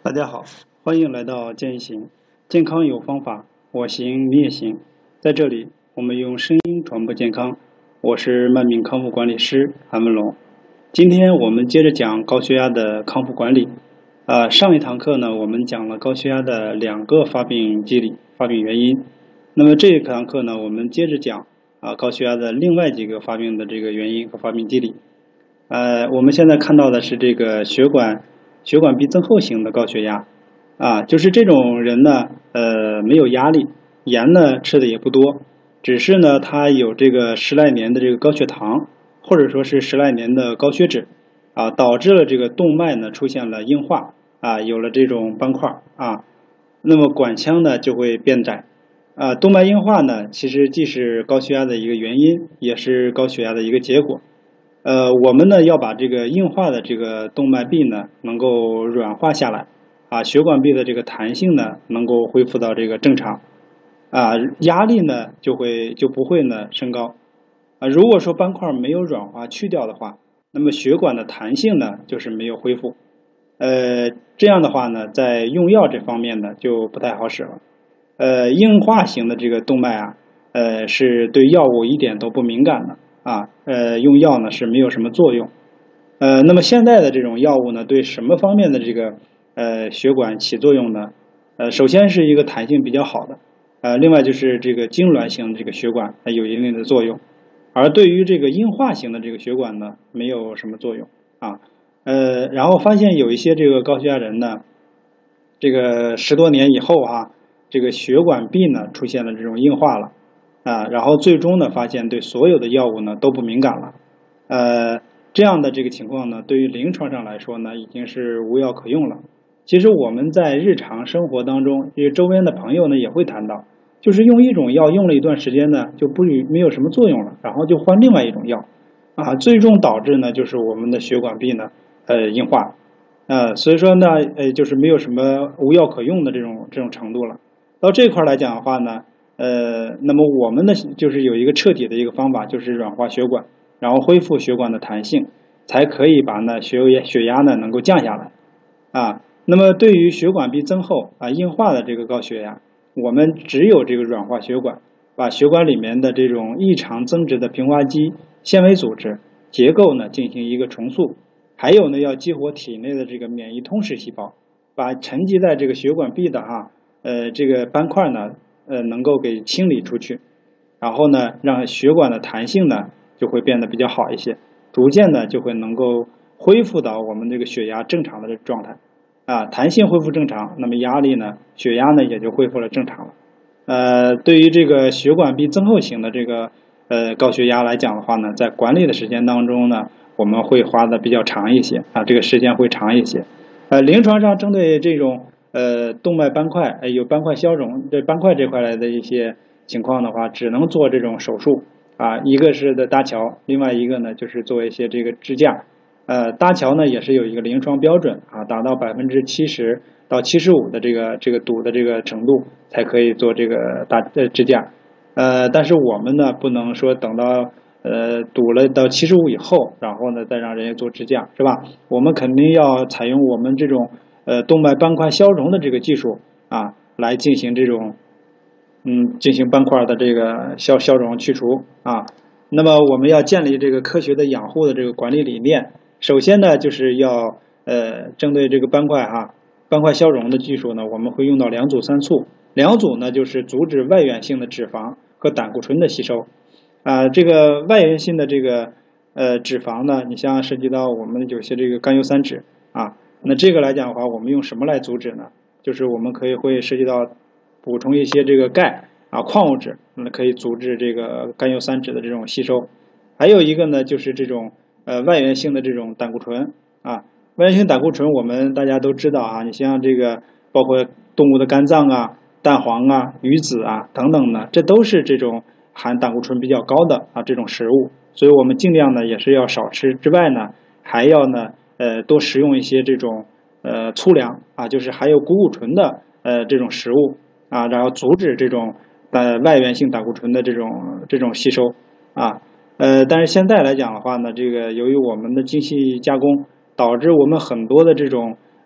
大家好，欢迎来到健行，健康有方法，我行你也行。在这里，我们用声音传播健康。我是慢命康复管理师韩文龙。今天我们接着讲高血压的康复管理。上一堂课呢，我们讲了高血压的2个发病机理、发病原因。那么这一堂课呢，我们接着讲高血压的另外几个发病的这个原因和发病机理。我们现在看到的是这个血管壁增厚型的高血压，就是这种人呢，没有压力，盐呢吃的也不多，只是呢他有这个10来年的这个高血糖，或者说是10来年的高血脂，导致了这个动脉呢出现了硬化，有了这种斑块，那么管腔呢就会变窄，动脉硬化呢其实既是高血压的一个原因，也是高血压的一个结果。我们呢要把这个硬化的这个动脉壁呢能够软化下来，血管壁的这个弹性呢能够恢复到这个正常，压力呢就不会呢升高，如果说斑块没有软化去掉的话，那么血管的弹性呢就是没有恢复，这样的话呢在用药这方面呢就不太好使了。硬化型的这个动脉是对药物一点都不敏感的。用药呢是没有什么作用。那么现在的这种药物呢，对什么方面的这个血管起作用呢？首先是一个弹性比较好的，另外就是这个痉挛型的这个血管有一定的作用，而对于这个硬化型的这个血管呢，没有什么作用然后发现有一些这个高血压人呢，这个10多年以后这个血管壁呢出现了这种硬化了。然后最终呢发现对所有的药物呢都不敏感了，这样的这个情况呢，对于临床上来说呢，已经是无药可用了。其实我们在日常生活当中，因为周边的朋友呢也会谈到，就是用一种药用了一段时间呢，就没有什么作用了，然后就换另外一种药，最终导致呢就是我们的血管壁呢硬化，所以说呢就是没有什么无药可用的这种程度了。到这块来讲的话呢。那么我们呢就是有一个彻底的一个方法，就是软化血管，然后恢复血管的弹性，才可以把血压呢能够降下来。那么对于血管壁增厚硬化的这个高血压，我们只有这个软化血管，把血管里面的这种异常增殖的平滑肌、纤维组织结构呢进行一个重塑，还有呢要激活体内的这个免疫通识细胞，把沉积在这个血管壁的这个斑块呢能够给清理出去，然后呢让血管的弹性呢就会变得比较好一些，逐渐呢就会能够恢复到我们这个血压正常的状态，弹性恢复正常，那么压力呢血压呢也就恢复了正常了。对于这个血管壁增厚型的这个高血压来讲的话呢，在管理的时间当中呢，我们会花的比较长一些这个时间会长一些。临床上针对这种动脉斑块有斑块消融，对斑块这块来的一些情况的话，只能做这种手术一个是的搭桥，另外一个呢就是做一些这个支架。搭桥呢也是有一个临床标准达到70%到75%的这个堵的这个程度才可以做这个支架。但是我们呢不能说等到堵了到75以后，然后呢再让人家做支架，是吧？我们肯定要采用我们这种动脉斑块消融的这个技术来进行这种进行斑块的这个消融去除那么我们要建立这个科学的养护的这个管理理念，首先呢就是要针对这个斑块消融的技术呢，我们会用到2组3促，2组呢就是阻止外源性的脂肪和胆固醇的吸收这个外源性的这个脂肪呢，你像涉及到我们有些这个甘油三酯那这个来讲的话，我们用什么来阻止呢？就是我们会涉及到补充一些这个钙矿物质，那可以阻止这个甘油三酯的这种吸收。还有一个呢，就是这种外源性的这种胆固醇外源性胆固醇我们大家都知道你像这个包括动物的肝脏蛋黄鱼子等等的，这都是这种含胆固醇比较高的这种食物，所以我们尽量呢也是要少吃，之外呢还要呢多食用一些这种粗粮就是含有谷物醇的这种食物然后阻止这种外源性胆固醇的这种吸收但是现在来讲的话呢，这个由于我们的精细加工，导致我们很多的这种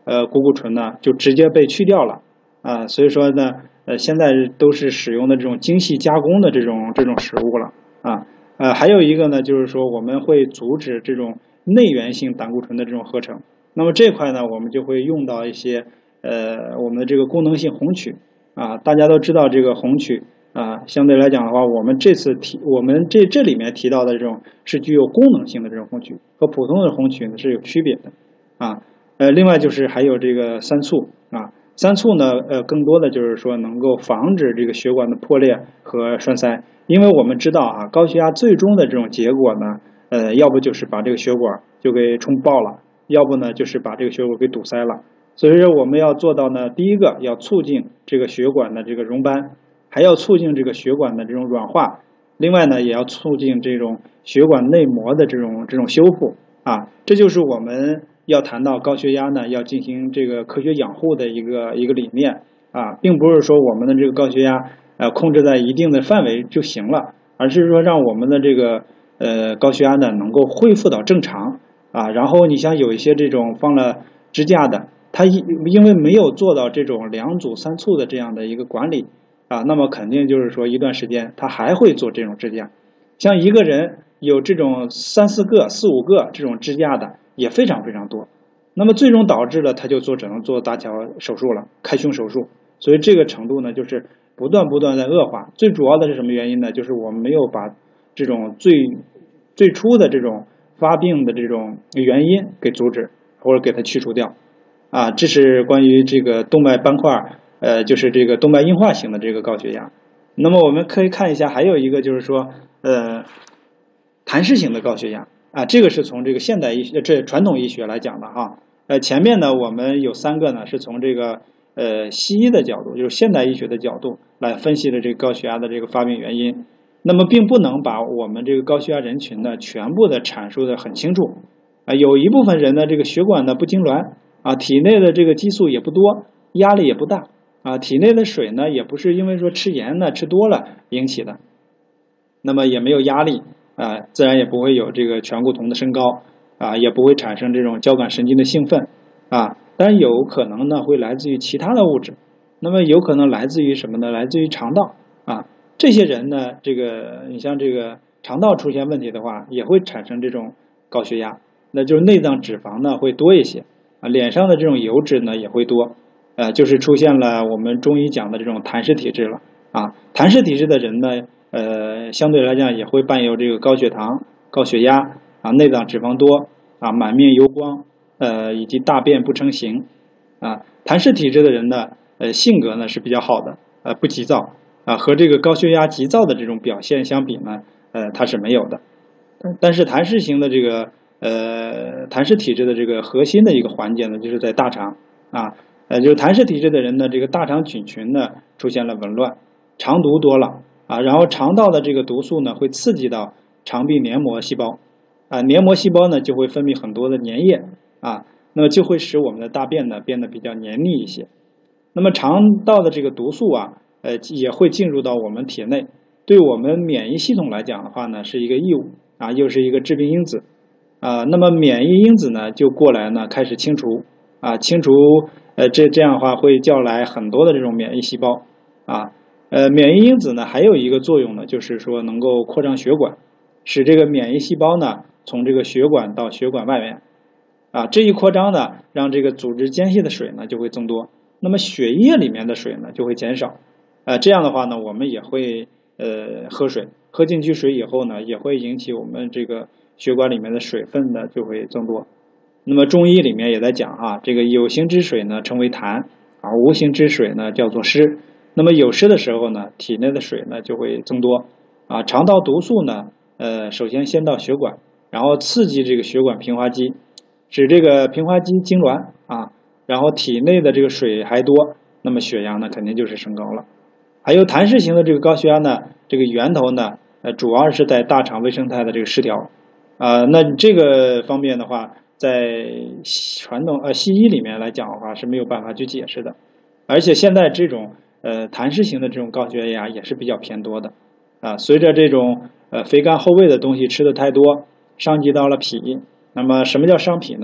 股骨醇呢就直接被去掉了所以说呢现在都是使用的这种精细加工的这种食物了还有一个呢就是说我们会阻止这种内源性胆固醇的这种合成。那么这块呢我们就会用到一些我们的这个功能性红曲大家都知道这个红曲相对来讲的话，我们这里面提到的这种是具有功能性的这种红曲，和普通的红曲呢是有区别的另外就是还有这个三促三促呢更多的就是说能够防止这个血管的破裂和栓塞，因为我们知道高血压最终的这种结果呢要不就是把这个血管就给冲爆了，要不呢就是把这个血管给堵塞了。所以说我们要做到呢，第一个要促进这个血管的这个溶斑，还要促进这个血管的这种软化，另外呢也要促进这种血管内膜的这种修复这就是我们要谈到高血压呢要进行这个科学养护的一个理念并不是说我们的这个高血压控制在一定的范围就行了，而是说让我们的这个高血压呢能够恢复到正常然后你像有一些这种放了支架的，它因为没有做到这种2阻3促的这样的一个管理那么肯定就是说一段时间它还会做这种支架。像一个人有这种3、4个、4、5个这种支架的也非常非常多，那么最终导致了他就只能做搭桥手术了，开胸手术。所以这个程度呢就是不断在恶化。最主要的是什么原因呢？就是我们没有把这种最初的这种发病的这种原因给阻止或者给它去除掉这是关于这个动脉斑块就是这个动脉硬化型的这个高血压。那么我们可以看一下，还有一个就是说痰湿型的高血压这个是从这个现代医学传统医学来讲的前面呢我们有3个呢是从这个西医的角度，就是现代医学的角度来分析的这个高血压的这个发病原因。那么并不能把我们这个高血压人群呢全部的阐述的很清楚有一部分人呢这个血管呢不痉挛体内的这个激素也不多，压力也不大体内的水呢也不是因为说吃盐呢吃多了引起的，那么也没有压力自然也不会有这个醛固酮的升高也不会产生这种交感神经的兴奋当然有可能呢会来自于其他的物质，那么有可能来自于什么呢？来自于肠道这些人呢你像这个肠道出现问题的话也会产生这种高血压，那就是内脏脂肪呢会多一些脸上的这种油脂呢也会多就是出现了我们中医讲的这种痰湿体质了痰湿体质的人呢相对来讲也会伴有这个高血糖、高血压内脏脂肪多满面油光以及大便不成形痰湿体质的人呢性格呢是比较好的不急躁和这个高血压急躁的这种表现相比呢它是没有的。但是痰湿型的这个痰湿体质的这个核心的一个环节呢就是在大肠就是痰湿体质的人呢这个大肠菌群呢出现了紊乱，肠毒多了然后肠道的这个毒素呢会刺激到肠壁黏膜细胞黏膜细胞呢就会分泌很多的粘液那么就会使我们的大便呢变得比较黏腻一些。那么肠道的这个毒素也会进入到我们体内，对我们免疫系统来讲的话呢是一个异物又是一个致病因子那么免疫因子呢就过来呢开始清除清除这样的话会叫来很多的这种免疫细胞免疫因子呢还有一个作用呢就是说能够扩张血管，使这个免疫细胞呢从这个血管到血管外面这一扩张呢让这个组织间隙的水呢就会增多，那么血液里面的水呢就会减少这样的话呢我们也会喝水，喝进去水以后呢也会引起我们这个血管里面的水分呢就会增多。那么中医里面也在讲这个有形之水呢称为痰无形之水呢叫做湿。那么有湿的时候呢体内的水呢就会增多肠道毒素呢首先先到血管，然后刺激这个血管平滑肌，使这个平滑肌痉挛然后体内的这个水还多，那么血压呢肯定就是升高了。还有痰湿型的这个高血压呢这个源头呢主要是在大肠微生态的这个失调那这个方面的话在传统西医里面来讲的话是没有办法去解释的。而且现在这种痰湿型的这种高血压也是比较偏多的随着这种肥甘厚味的东西吃的太多，伤及到了脾。那么什么叫伤脾呢？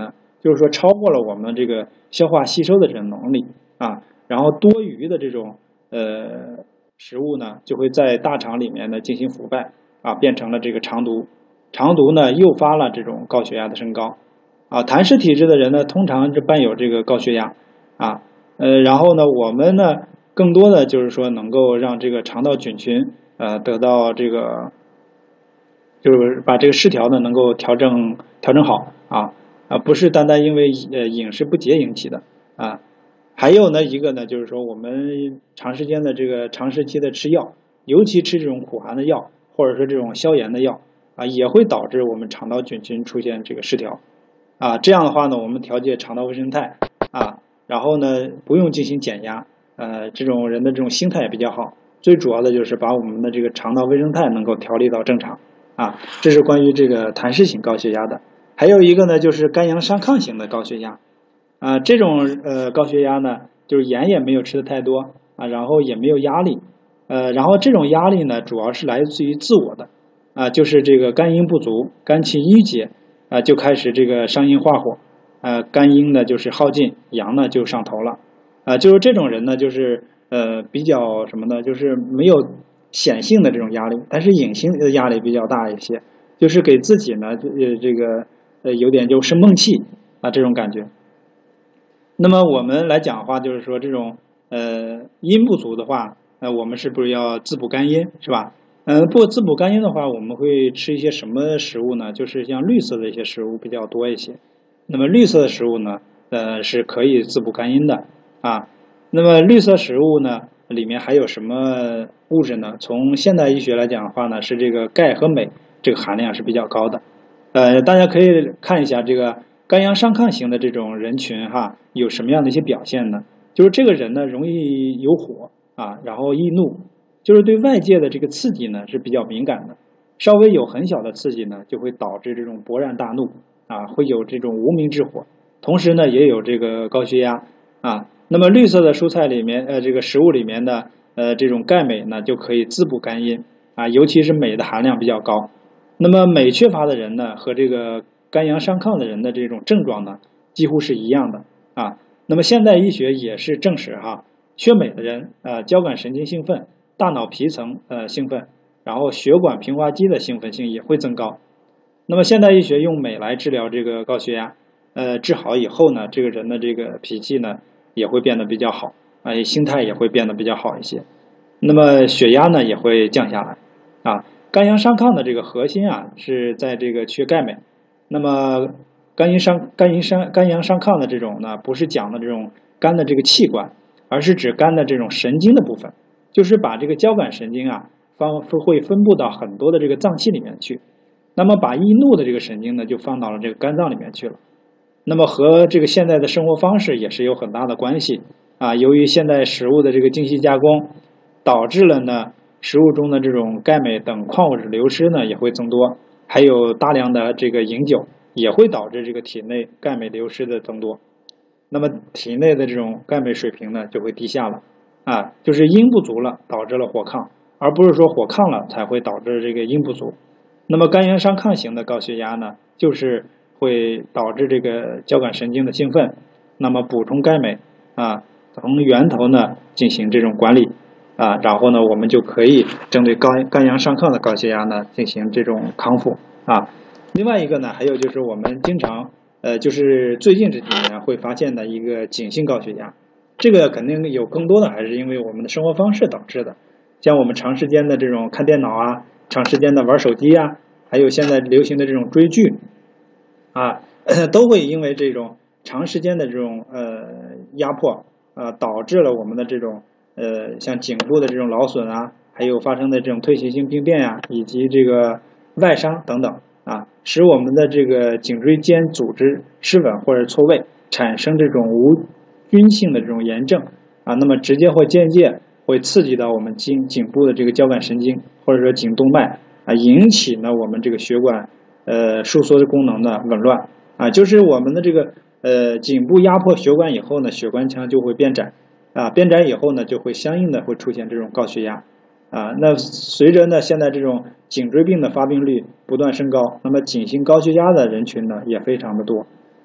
就是说超过了我们这个消化吸收的这种能力啊，然后多余的这种食物呢就会在大肠里面呢进行腐败啊，变成了这个肠毒，肠毒呢诱发了这种高血压的升高啊。痰湿体质的人呢通常是伴有这个高血压啊，然后呢我们呢更多的就是说能够让这个肠道菌群得到这个，就是把这个失调呢能够调整好不是单单因为饮食不节引起的啊。还有呢一个呢就是说我们长时间的这个长时期的吃药，尤其吃这种苦寒的药或者说这种消炎的药啊，也会导致我们肠道菌群出现这个失调啊。这样的话呢，我们调节肠道微生态啊，然后呢不用进行减压，这种人的这种心态也比较好。最主要的就是把我们的这个肠道微生态能够调理到正常啊。这是关于这个痰湿型高血压的。还有一个呢就是肝阳上亢型的高血压啊，这种高血压呢就是盐也没有吃的太多啊，然后也没有压力，然后这种压力呢主要是来自于自我的啊，就是这个肝阴不足，肝气郁结啊，就开始这个伤阴化火，肝阴呢就是耗尽，阳呢就上头了啊。就是这种人呢就是比较什么呢，就是没有显性的这种压力，但是隐性的压力比较大一些，就是给自己呢这个有点就生闷气啊这种感觉。那么我们来讲的话，就是说这种阴不足的话，我们是不是要自补肝阴，是吧？不自补肝阴的话，我们会吃一些什么食物呢？就是像绿色的一些食物比较多一些。那么绿色的食物呢，是可以自补肝阴的啊。那么绿色食物呢，里面还有什么物质呢？从现代医学来讲的话呢，是这个钙和镁这个含量是比较高的。大家可以看一下这个肝阳上亢型的这种人群哈，有什么样的一些表现呢？就是这个人呢容易有火啊，然后易怒，就是对外界的这个刺激呢是比较敏感的，稍微有很小的刺激呢就会导致这种勃然大怒啊，会有这种无名之火，同时呢也有这个高血压啊。那么绿色的蔬菜里面这个食物里面的这种钙镁呢就可以滋补肝阴啊，尤其是镁的含量比较高。那么镁缺乏的人呢，和这个肝阳上亢的人的这种症状呢，几乎是一样的啊。那么现代医学也是证实哈，缺镁的人交感神经兴奋，大脑皮层兴奋，然后血管平滑肌的兴奋性也会增高。那么现代医学用镁来治疗这个高血压，治好以后呢，这个人的这个脾气呢也会变得比较好啊，心态也会变得比较好一些。那么血压呢也会降下来啊。肝阳上亢的这个核心啊是在这个缺钙镁。那么肝阳上亢的这种呢，不是讲的这种肝的这个器官，而是指肝的这种神经的部分，就是把这个交感神经啊会分布到很多的这个脏器里面去。那么把易怒的这个神经呢就放到了这个肝脏里面去了。那么和这个现在的生活方式也是有很大的关系啊。由于现在食物的这个精细加工，导致了呢食物中的这种钙镁等矿物质流失呢也会增多，还有大量的这个饮酒也会导致这个体内钙镁流失的增多。那么体内的这种钙镁水平呢就会低下了啊，就是阴不足了导致了火亢，而不是说火亢了才会导致这个阴不足。那么肝阳上亢型的高血压呢，就是会导致这个交感神经的兴奋，那么补充钙镁啊，从源头呢进行这种管理啊，然后呢我们就可以针对肝阳上亢的高血压呢进行这种康复啊。另外一个呢，还有就是我们经常就是最近这几年会发现的一个紧性高血压，这个肯定有更多的还是因为我们的生活方式导致的，像我们长时间的这种看电脑啊，长时间的玩手机啊，还有现在流行的这种追剧啊，都会因为这种长时间的这种压迫导致了我们的这种像颈部的这种劳损啊，还有发生的这种退行性病变呀，以及这个外伤等等啊，使我们的这个颈椎间组织失稳或者错位，产生这种无菌性的这种炎症啊，那么直接或间接会刺激到我们颈部的这个交感神经或者说颈动脉啊，引起呢我们这个血管收缩的功能的紊乱啊，就是我们的这个颈部压迫血管以后呢，血管腔就会变窄啊，变窄以后呢，就会相应的会出现这种高血压啊。那随着呢现在这种颈椎病的发病率不断升高，那么紧性高血压的人群呢也非常的多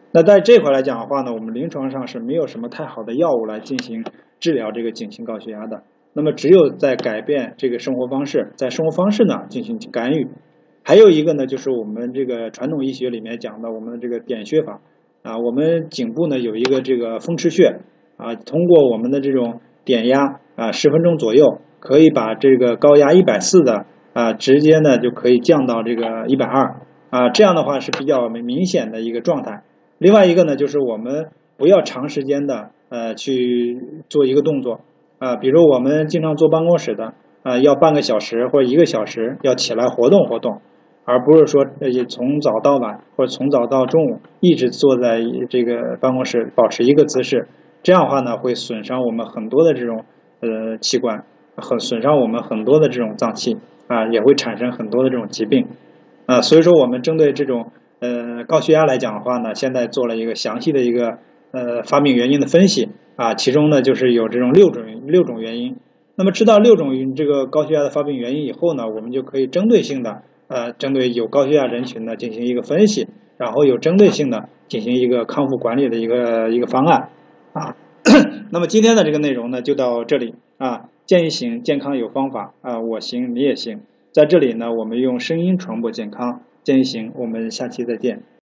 那在这块来讲的话呢，我们临床上是没有什么太好的药物来进行治疗这个颈型高血压的。那么只有在改变这个生活方式，在生活方式呢进行干预。还有一个呢，就是我们这个传统医学里面讲的我们的这个点穴法啊，我们颈部呢有一个这个风池穴啊，通过我们的这种点压啊，10分钟左右，可以把这个高压140的啊，直接呢就可以降到这个120啊，这样的话是比较明显的一个状态。另外一个呢，就是我们不要长时间的去做一个动作啊，比如我们经常坐办公室的啊，要半个小时或者1个小时要起来活动活动，而不是说从早到晚或者从早到中午一直坐在这个办公室保持一个姿势，这样的话呢会损伤我们很多的这种器官，损伤我们很多的这种脏器啊，也会产生很多的这种疾病啊，所以说我们针对这种高血压来讲的话呢，现在做了一个详细的一个发病原因的分析啊，其中呢就是有这种六种原因。那么知道6种这个高血压的发病原因以后呢，我们就可以针对性的针对有高血压人群呢进行一个分析，然后有针对性的进行一个康复管理的一个方案啊。那么今天的这个内容呢就到这里啊，健行健康有方法啊，我行你也行。在这里呢，我们用声音传播健康，健行，我们下期再见。